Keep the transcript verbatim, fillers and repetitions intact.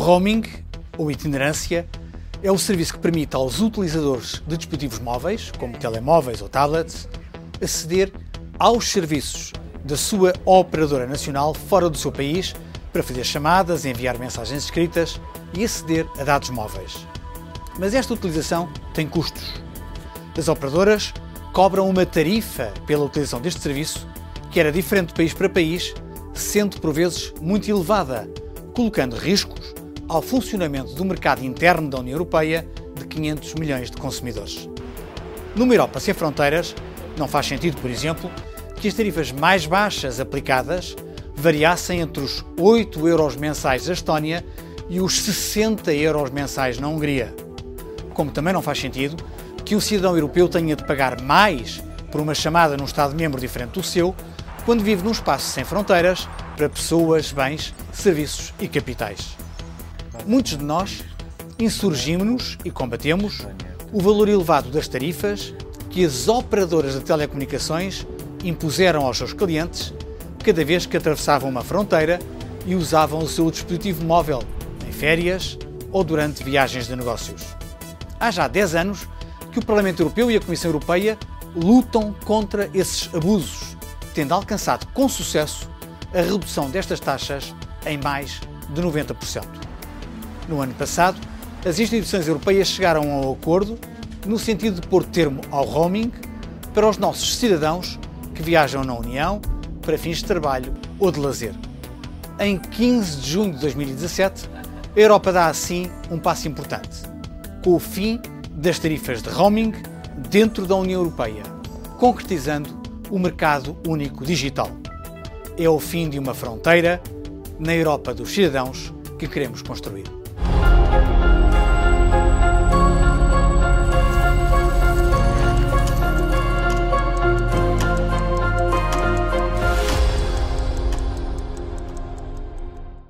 roaming, ou itinerância, é o serviço que permite aos utilizadores de dispositivos móveis, como telemóveis ou tablets, aceder aos serviços da sua operadora nacional fora do seu país para fazer chamadas, enviar mensagens escritas e aceder a dados móveis. Mas esta utilização tem custos. As operadoras cobram uma tarifa pela utilização deste serviço que era diferente de país para país, sendo por vezes muito elevada, colocando riscos ao funcionamento do mercado interno da União Europeia de quinhentos milhões de consumidores. Numa Europa sem fronteiras, não faz sentido, por exemplo, que as tarifas mais baixas aplicadas variassem entre os oito euros mensais da Estónia e os sessenta euros mensais na Hungria. Como também não faz sentido que um cidadão europeu tenha de pagar mais por uma chamada num Estado-membro diferente do seu, quando vive num espaço sem fronteiras para pessoas, bens, serviços e capitais. Muitos de nós insurgimos-nos e combatemos o valor elevado das tarifas que as operadoras de telecomunicações impuseram aos seus clientes cada vez que atravessavam uma fronteira e usavam o seu dispositivo móvel em férias ou durante viagens de negócios. Há já dez anos que o Parlamento Europeu e a Comissão Europeia lutam contra esses abusos, tendo alcançado com sucesso a redução destas taxas em mais de noventa por cento. No ano passado, as instituições europeias chegaram a um acordo no sentido de pôr termo ao roaming para os nossos cidadãos que viajam na União para fins de trabalho ou de lazer. Em quinze de junho de dois mil e dezassete, a Europa dá assim um passo importante, com o fim das tarifas de roaming dentro da União Europeia, concretizando o mercado único digital. É o fim de uma fronteira na Europa dos cidadãos que queremos construir.